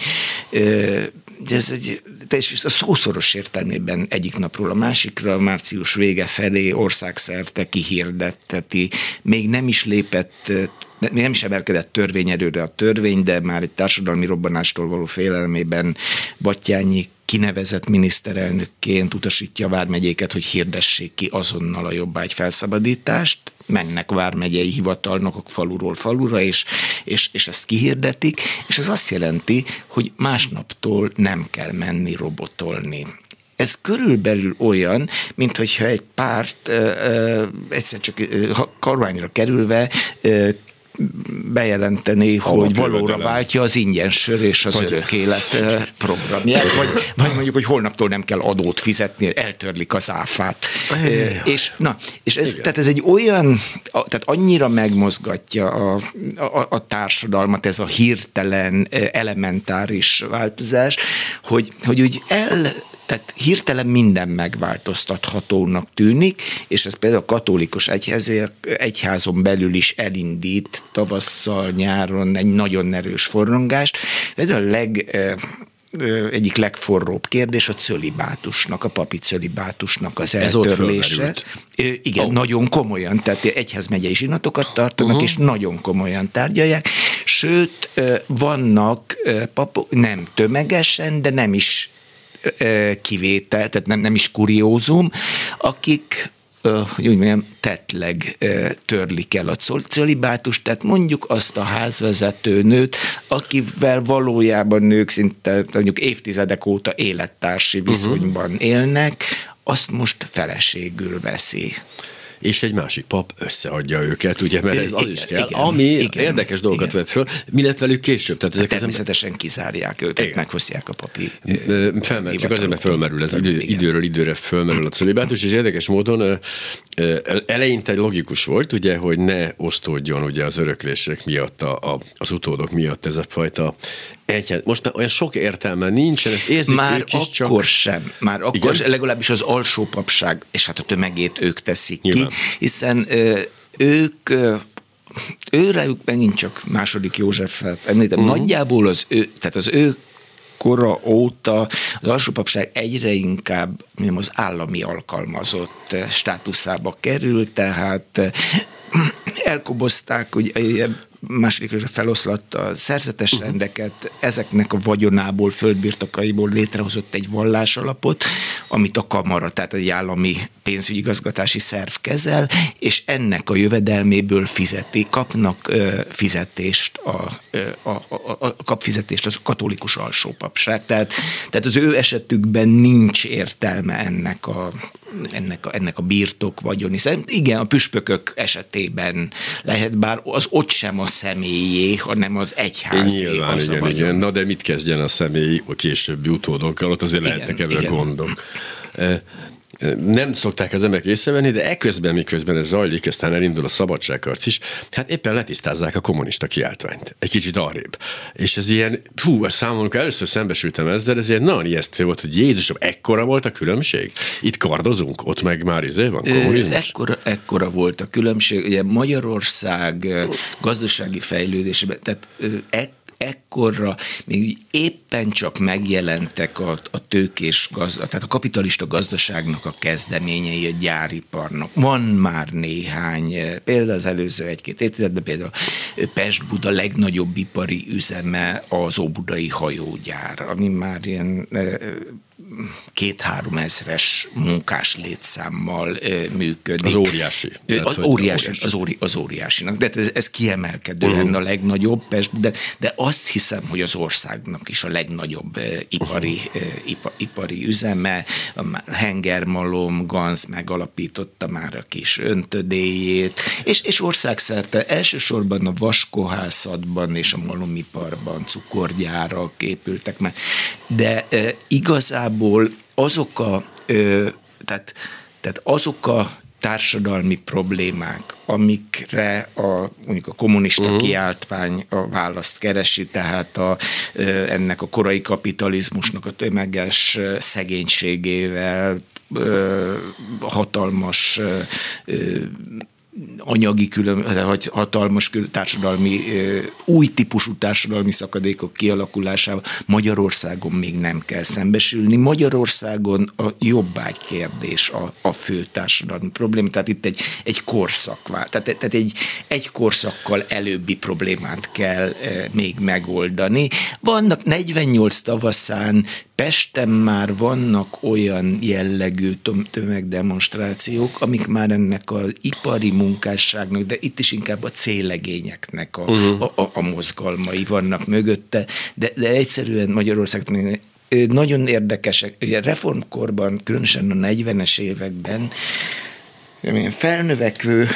E: ez a szószoros értelmében egyik napról a másikra, március vége felé országszerte kihirdetteti, még nem is emelkedett törvényerőre a törvény, de már egy társadalmi robbanástól való félelmében Batthyány kinevezett miniszterelnökként utasítja a vármegyéket, hogy hirdessék ki azonnal a jobbágy felszabadítást. Mennek vármegyei hivatalnokok faluról falura, és ezt kihirdetik, és ez azt jelenti, hogy másnaptól nem kell menni robotolni. Ez körülbelül olyan, mint hogyha egy párt egyszer csak kormányra kerülve bejelenteni, hogy valóra váltja az ingyen-sör és az örök élet programját, vagy mondjuk, hogy holnaptól nem kell adót fizetni, eltörlik az áfát. Tehát ez egy olyan, tehát annyira megmozgatja a társadalmat, ez a hirtelen, elementáris változás, hogy úgy tehát hirtelen minden megváltoztathatónak tűnik, és ez például a katolikus egyházon belül is elindít tavasszal, nyáron egy nagyon erős forrongást. Például egyik legforróbb kérdés a cölibátusnak, a papi cölibátusnak az eltörlése. Igen, nagyon komolyan, tehát egyházmegyei zsinatokat tartanak, és nagyon komolyan tárgyalják. Sőt, vannak papok, nem tömegesen, de nem is kivétel, tehát nem is kuriózum, akik hogy úgy mondjam, tettleg törlik el a cölibátust, tehát mondjuk azt a házvezető nőt, akivel valójában nők szinte mondjuk évtizedek óta élettársi viszonyban élnek, azt most feleségül veszi. És egy másik pap összeadja őket, ugye, mert ez az is kell, ami érdekes dolgokat vett föl, mi lett velük később? Tehát
F: természetesen kizárják őket, megfosztják a papi
E: csak azért, mert fölmerül, ez időről időre fölmerül a cölibátus, és érdekes módon eleinte logikus volt, ugye, hogy ne osztódjon ugye az öröklések miatt, az utódok miatt ez a fajta egyház. Most már olyan sok értelme nincsen, ezt érzik
F: már
E: ők is
F: akkor sem, legalábbis az alsó papság, és hát a tömegét ők teszik ki, hiszen őrájuk megint csak második Józsefet említem, nagyjából az ő kora óta az alsópapság egyre inkább az állami alkalmazott státuszába kerül, tehát elkobozták, ugye második József feloszlatta a szerzetes rendeket, ezeknek a vagyonából, földbirtokaiból létrehozott egy vallásalapot, amit a kamara, tehát egy állami pénzügyigazgatási szerv kezel, és ennek a jövedelméből kapnak fizetést kap fizetést az katolikus alsópapság. Tehát az ő esetükben nincs értelme ennek a birtok vagyoni. Igen, a püspökök esetében lehet, bár az ott sem a személyé, hanem az egyházé.
E: Nyilván,
F: az
E: igen. Na de mit kezdjen a személyi a későbbi utódokkal? Ott azért lehetnek ebben a gondok. Nem szokták az emberek észrevenni, de eközben, miközben ez zajlik, aztán elindul a szabadságharc is, hát éppen letisztázzák a kommunista kiáltványt. Egy kicsit arrébb. És ez ilyen, a számomra először szembesültem ezzel, de ez ilyen nagyon ijesztő volt, hogy Jézusom, ekkora volt a különbség? Itt kardozunk, ott meg már van kommunizmus?
F: Ekkora volt a különbség. Ugye Magyarország gazdasági fejlődésében, tehát ekkorra még éppen csak megjelentek a tőkés tehát a kapitalista gazdaságnak a kezdeményei, a gyáriparnak. Van már néhány, például az előző egy-két évtizedben, például Pest-Buda legnagyobb ipari üzeme az óbudai hajógyár, ami már ilyen 2-3 ezres munkás létszámmal működik.
E: Az óriási.
F: Az óriásinak. De ez kiemelkedően a legnagyobb, de azt hiszem, hogy az országnak is a legnagyobb ipari üzeme. Hengermalom, Ganz megalapította már a kis öntödéjét, és országszerte elsősorban a vaskohászatban és a malomiparban cukorgyárak épültek meg. De igazából tehát azok a társadalmi problémák, amikre mondjuk a kommunista kiáltvány a választ keresi, tehát ennek a korai kapitalizmusnak a tömeges szegénységével, hatalmas anyagi hatalmas társadalmi, új típusú társadalmi szakadékok kialakulásával Magyarországon még nem kell szembesülni. Magyarországon a jobbágykérdés a fő társadalmi probléma, tehát itt egy korszak, tehát egy korszakkal előbbi problémát kell még megoldani. Vannak 48 tavaszán Pesten már vannak olyan jellegű tömegdemonstrációk, amik már ennek az ipari munkásságnak, de itt is inkább a céllegényeknek a mozgalmai vannak mögötte, de egyszerűen Magyarország nagyon érdekesek. Ugye reformkorban, különösen a 40-es években felnövekvő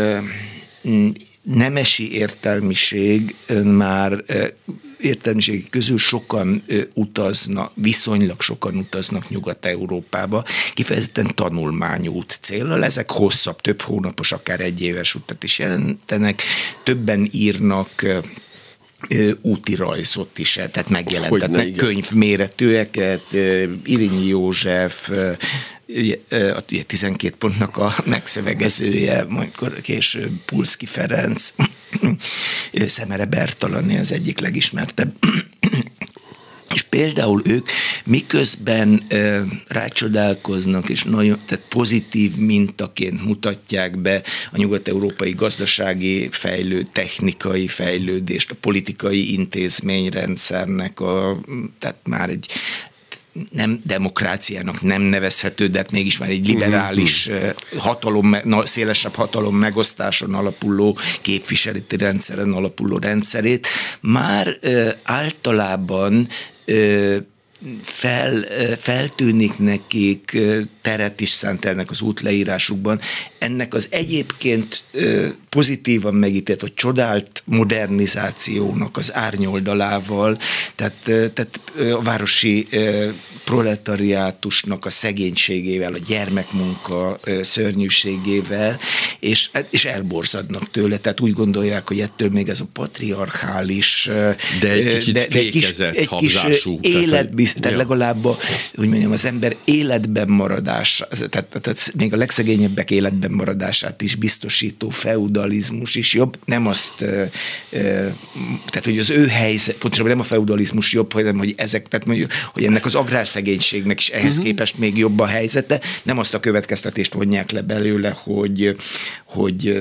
F: nemesi értelmiség már értelmiségi közül sokan utaznak, viszonylag sokan utaznak Nyugat-Európába, kifejezetten tanulmányút céllal. Ezek hosszabb, több hónapos, akár 1 éves utat is jelentenek. Többen írnak úti rajzot is, tehát megjelentetnek könyvméretűeket, Irinyi József, a 12 pontnak a megszövegezője, majd később Pulszky Ferenc, Szemere Bertalanné az egyik legismertebb. És például ők miközben rácsodálkoznak, és nagyon, tehát pozitív mintaként mutatják be a nyugat-európai gazdasági technikai fejlődést, a politikai intézményrendszernek, tehát már egy nem demokráciának nem nevezhető, de mégis már egy liberális szélesebb hatalom megosztáson alapuló, képviseleti rendszeren alapuló rendszerét már általában feltűnik nekik, teret is szentelnek az útleírásukban. Ennek az egyébként pozitívan megítélt, vagy csodált modernizációnak az árnyoldalával, tehát a városi proletariátusnak a szegénységével, a gyermekmunka szörnyűségével, és elborzadnak tőle. Tehát úgy gondolják, hogy ettől még ez a patriarchális,
E: de egy kis
F: tehát legalább hogy mondjam, az ember életben maradás, tehát még a legszegényebbek életben maradását is biztosító feudalizmus is jobb, nem azt, tehát hogy az ő helyzet, pontosabban nem a feudalizmus jobb, hanem hogy hogy ennek az agrárszegénységnek is ehhez képest még jobb a helyzete, nem azt a következtetést vonják le belőle, hogy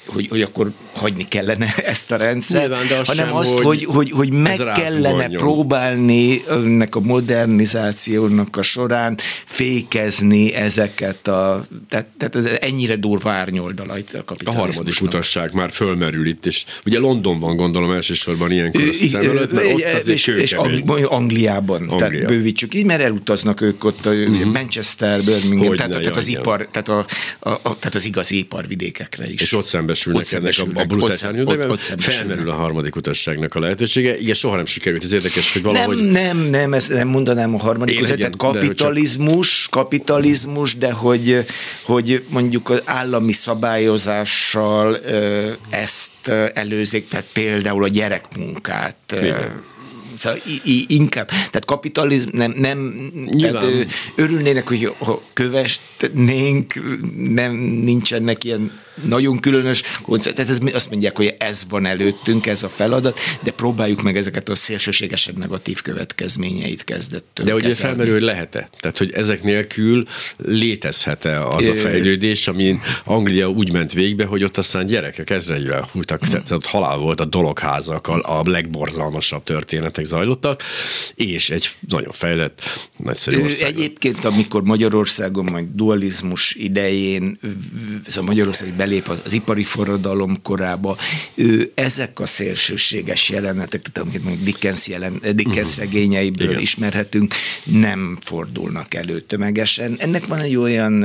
F: hogy akkor hagyni kellene ezt a rendszert,
E: Nyilván,
F: hanem
E: sem,
F: azt, hogy meg kellene próbálni ennek a modernizációnak a során fékezni ezeket tehát ez ennyire durva árnyoldalait a kapitalizmusnak.
E: A harmadik utasság már fölmerül itt, és ugye Londonban gondolom elsősorban ilyenkor a szem előtt, mert ott azért kőkemény.
F: Angliában, tehát bővítsük így, mert elutaznak ők ott Manchester, Birmingham, tehát az ipar, tehát az igazi iparvidékekre is.
E: És ott szembesülnek ennek a brutális árnyoldalával, felmerül a harmadik utasságnak a lehetősége. Igen, soha nem sikerült, ez érdekes, hogy valahogy...
F: Nem, ezt nem mondanám a harmadik utasság, tehát kapitalizmus, de hogy mondjuk az állami szabályozással ezt előzik, tehát például a gyerekmunkát. Szóval inkább, tehát kapitalizm nem tehát örülnének, hogy ha kövesnénk, nincsenek ilyen nagyon különös, tehát azt mondják, hogy ez van előttünk, ez a feladat, de próbáljuk meg ezeket a szélsőségesen negatív következményeit kezdettől
E: de ugye felmerül, hogy lehet-e? Tehát, hogy ezek nélkül létezhet-e az a fejlődés, amin Anglia úgy ment végbe, hogy ott aztán gyerekek ezreivel húltak, tehát ott halál volt, a dologházak, a legborzalmasabb történetek zajlottak, és egy nagyon fejlett, nagyszerű ország.
F: Egyébként, amikor Magyarországon majd dualizmus idején, szóval Magyarország belép az ipari forradalom korába, ezek a szélsőséges jelenetek, tehát amiket mondjuk Dickens regényeiből ismerhetünk, nem fordulnak elő tömegesen. Ennek van egy olyan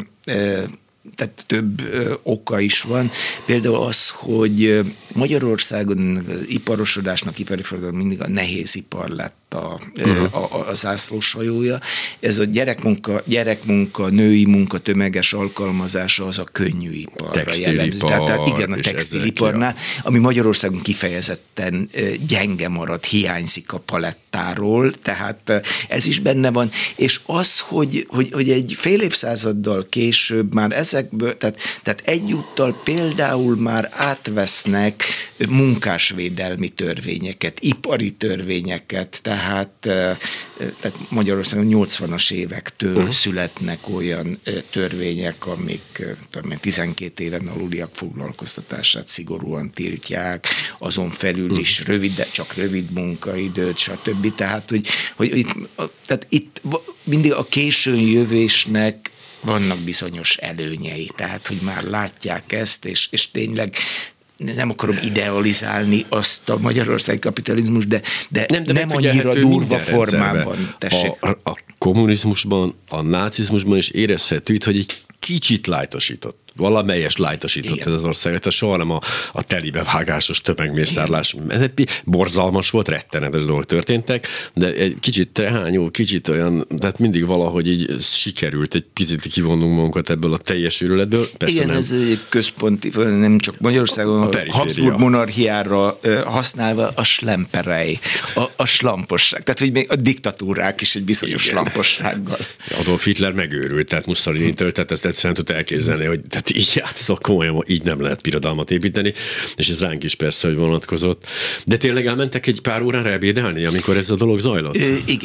F: tehát több oka is van. Például az, hogy Magyarországon iparosodásnak, ipari forradalom mindig a nehézipar lett a zászlóshajója. Ez a gyerekmunka, női munka tömeges alkalmazása az a könnyű iparra jellemző. Tehát igen, a textiliparnál, ami Magyarországon kifejezetten gyenge marad, hiányzik a palettáról, tehát ez is benne van. És az, hogy egy fél évszázaddal később már ezekből, tehát egyúttal például már átvesznek munkásvédelmi törvényeket, ipari törvényeket, tehát Magyarországon 80-as évektől születnek olyan törvények, amik 12 éven aluliak foglalkoztatását szigorúan tiltják, azon felül is csak rövid munkaidőt, stb. Tehát, tehát itt mindig a későn jövésnek vannak bizonyos előnyei, tehát, hogy már látják ezt, és tényleg nem akarom idealizálni azt a magyarországi kapitalizmus, de nem annyira durva formában.
E: A kommunizmusban, a nácizmusban is érezhető, hogy egy kicsit lájtosított. Valamelyes lájtosított ez az ország, tehát soha nem a telibevágásos tömegmészárlás. Ez egy borzalmas volt, rettenetes dolgok történtek, de egy kicsit trehányó, kicsit olyan, tehát mindig valahogy így sikerült egy picit kivonnunk magunkat ebből a teljes őrületből.
F: Igen, ez egy központi, nem csak Magyarországon, a Habsburg monarchiára használva a slemperei, a slamposság. Tehát, hogy még a diktatúrák is egy bizonyos slampossággal.
E: Adolf Hitler megőrült, tehát Mussolini-től, tehát ezt egyszerűen tud elképzelni, hogy így szóval komolyan, így nem lehet birodalmat építeni, és ez ránk is persze, hogy vonatkozott. De tényleg elmentek egy pár órára ebédelni, amikor ez a dolog zajlott?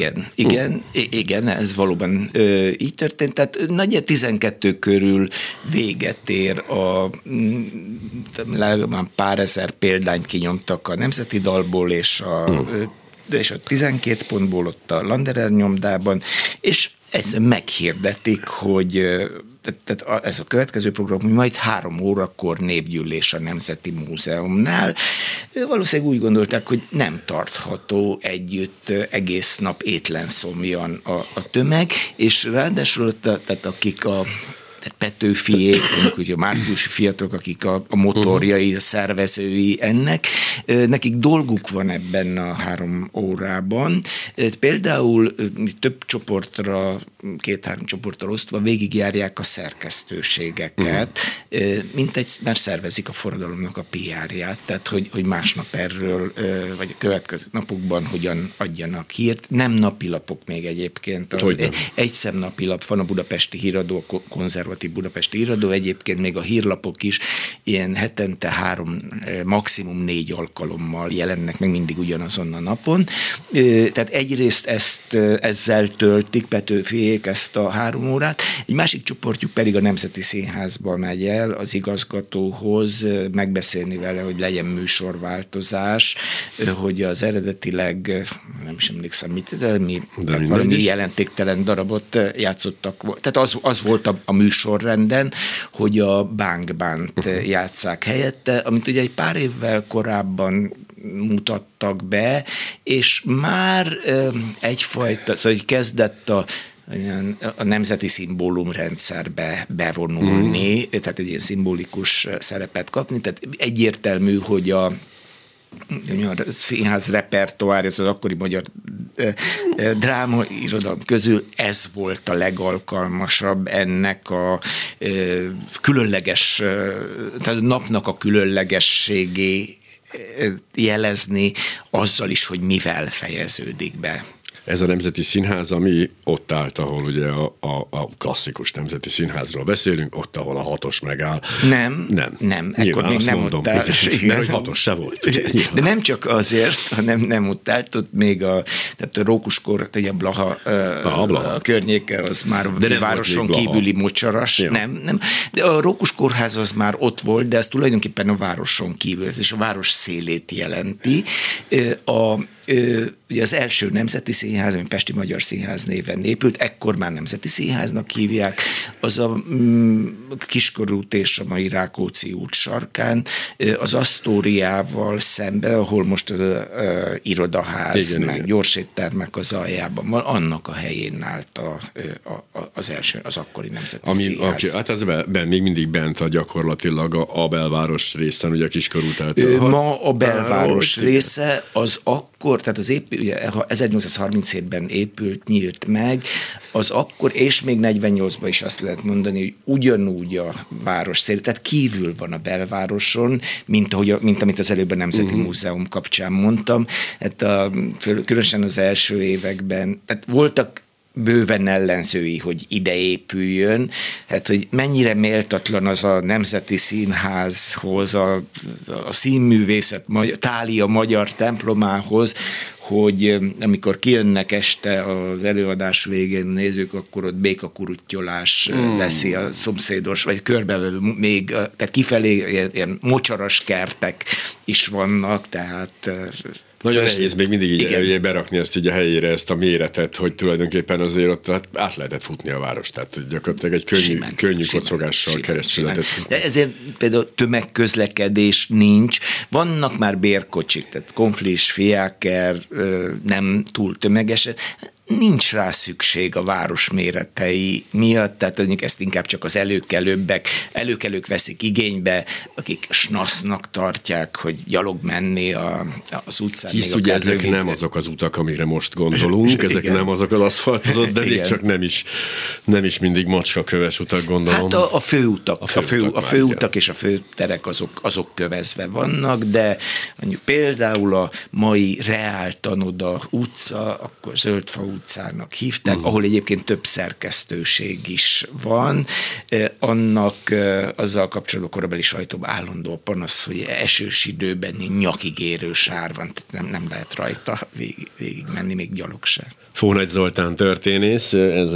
F: Igen, ez valóban így történt. Tehát nagyjából 12 körül véget ér legalább pár ezer példányt kinyomtak a Nemzeti Dalból, és a 12 pontból ott a Landerer nyomdában, és ez meghirdetik, hogy tehát ez a következő program, hogy majd 3 órakor népgyűlés a Nemzeti Múzeumnál. Valószínűleg úgy gondolták, hogy nem tartható együtt egész nap étlenszomjan a tömeg, és ráadásul tehát akik tehát Petőfiék, mondjuk a márciusi fiatalok, akik a motorjai, a szervezői ennek, nekik dolguk van ebben a 3 órában. Például több csoportra, 2-3 csoportra osztva végigjárják a szerkesztőségeket, már szervezik a forradalomnak a PR-ját, tehát hogy másnap erről, vagy a következő napokban hogyan adjanak hírt. Nem napilapok még egyébként. Egy szemnapilap van, a Budapesti Híradó, a konzervatív konzervatív budapesti irodó, egyébként még a hírlapok is ilyen hetente 3, maximum 4 alkalommal jelennek meg mindig ugyanazon a napon. Tehát egyrészt ezzel töltik Petőfiék ezt a 3 órát, egy másik csoportjuk pedig a Nemzeti Színházba megy el az igazgatóhoz megbeszélni vele, hogy legyen műsorváltozás, hogy az eredetileg, nem is emlékszem mit, de valami jelentéktelen darabot játszottak. Tehát az volt a műsorrenden, hogy a Bang Band játsszák helyette, amit ugye egy pár évvel korábban mutattak be, és már egyfajta, szóval kezdett a nemzeti szimbólumrendszerbe bevonulni, tehát egy ilyen szimbolikus szerepet kapni, tehát egyértelmű, hogy a színház repertoár, az akkori magyar drámairodalom közül ez volt a legalkalmasabb ennek a különleges, tehát a napnak a különlegességé jelezni azzal is, hogy mivel fejeződik be.
E: Ez a Nemzeti Színház, ami ott állt, ahol ugye a klasszikus Nemzeti Színházról beszélünk, ott, ahol a 6-os megáll.
F: Nem. Ekkor még nem ott állt.
E: Mert hogy 6-os se volt.
F: De nem csak azért, hanem nem ott állt, ott még tehát a Rókuskor, ugye Blaha a környéke, az már a városon kívüli mocsaras. Nem. De a Rókus Kórház az már ott volt, de ez tulajdonképpen a városon kívül, és a város szélét jelenti. Ugye az első Nemzeti Színház, ami Pesti Magyar Színház néven épült, ekkor már Nemzeti Színháznak hívják, az a Kiskorút és a mai Rákóczi út sarkán, az Asztóriával szemben, ahol most az irodaház, igen. Gyorséttermek az aljában van, annak a helyén állt az akkori Nemzeti Színház.
E: Hát ez még mindig bent a gyakorlatilag a belváros részen, ugye a Kiskorút
F: ma a belváros része az akkor, tehát ugye 1837-ben épült, nyílt meg, az akkor, és még 48-ban is azt lehet mondani, hogy ugyanúgy a város szél, tehát kívül van a belvároson, mint amit az előbb a Nemzeti Múzeum kapcsán mondtam. Hát különösen az első években, tehát voltak bőven ellenzői, hogy ide épüljön, hát hogy mennyire méltatlan az a Nemzeti Színházhoz, a színművészet, Thália magyar templomához, hogy amikor kijönnek este az előadás végén nézők, akkor ott békakuruttyolás veszi a szomszédos, vagy körbevevő még, tehát kifelé ilyen mocsaras kertek is vannak, tehát
E: nagyon nehéz még mindig így berakni ezt így a helyére, ezt a méretet, hogy tulajdonképpen azért ott át lehetett futni a város, tehát gyakorlatilag egy könnyű kocogással keresztül lehetett futni.
F: De ezért például tömegközlekedés nincs, vannak már bérkocsik, tehát Konflis, Fiaker, nem túl tömegesen, nincs rá szükség a város méretei miatt, tehát ezt inkább csak az előkelők veszik igénybe, akik snasznak tartják, hogy gyalog menni az utcán.
E: Hisz ugye ezek nem azok az utak, amire most gondolunk, ezek nem azok az aszfaltozott, de még csak nem is mindig macskaköves utak, gondolom.
F: Hát a főutak és a főterek azok kövezve vannak, de mondjuk például a mai Reál Tanoda utca, akkor Zöldfa utcának hívták, ahol egyébként több szerkesztőség is van. Annak azzal kapcsolatban korabeli sajtóban állandó a panasz, hogy esős időben nyakig érő sár van, tehát nem lehet rajta végig menni, még gyalog se.
E: Fónagy Zoltán történész,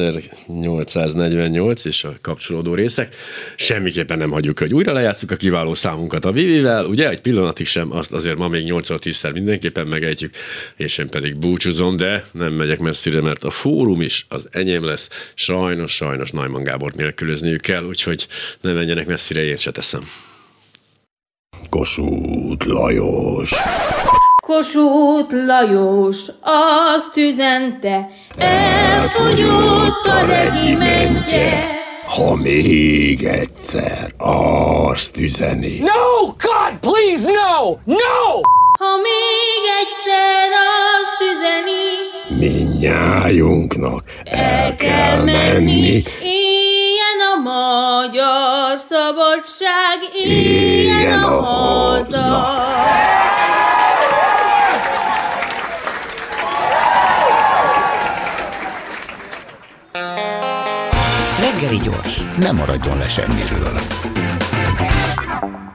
E: 1848 és a kapcsolódó részek. Semmiképpen nem hagyjuk, hogy újra lejátszuk a kiváló számunkat a Vivivel, ugye egy pillanatig sem, azt azért ma még 8-10-szer mindenképpen megejtjük, és én pedig búcsúzom, de nem megyek messzire, mert a fórum is az enyém lesz. Sajnos Neumann Gábort nélkülözniük kell, úgyhogy ne menjenek messzire, én se teszem.
B: Kossuth Lajos.
C: Kossuth Lajos azt üzente, elfogyott a regimentje.
B: Ha még egyszer azt üzeni.
D: No, God, please, no! No!
C: Ha még egyszer azt üzeni,
B: mindnyájunknak el kell menni.
C: Éljen a magyar szabadság, éljen a haza.
A: Reggeli gyors, nem maradjon le semmiről.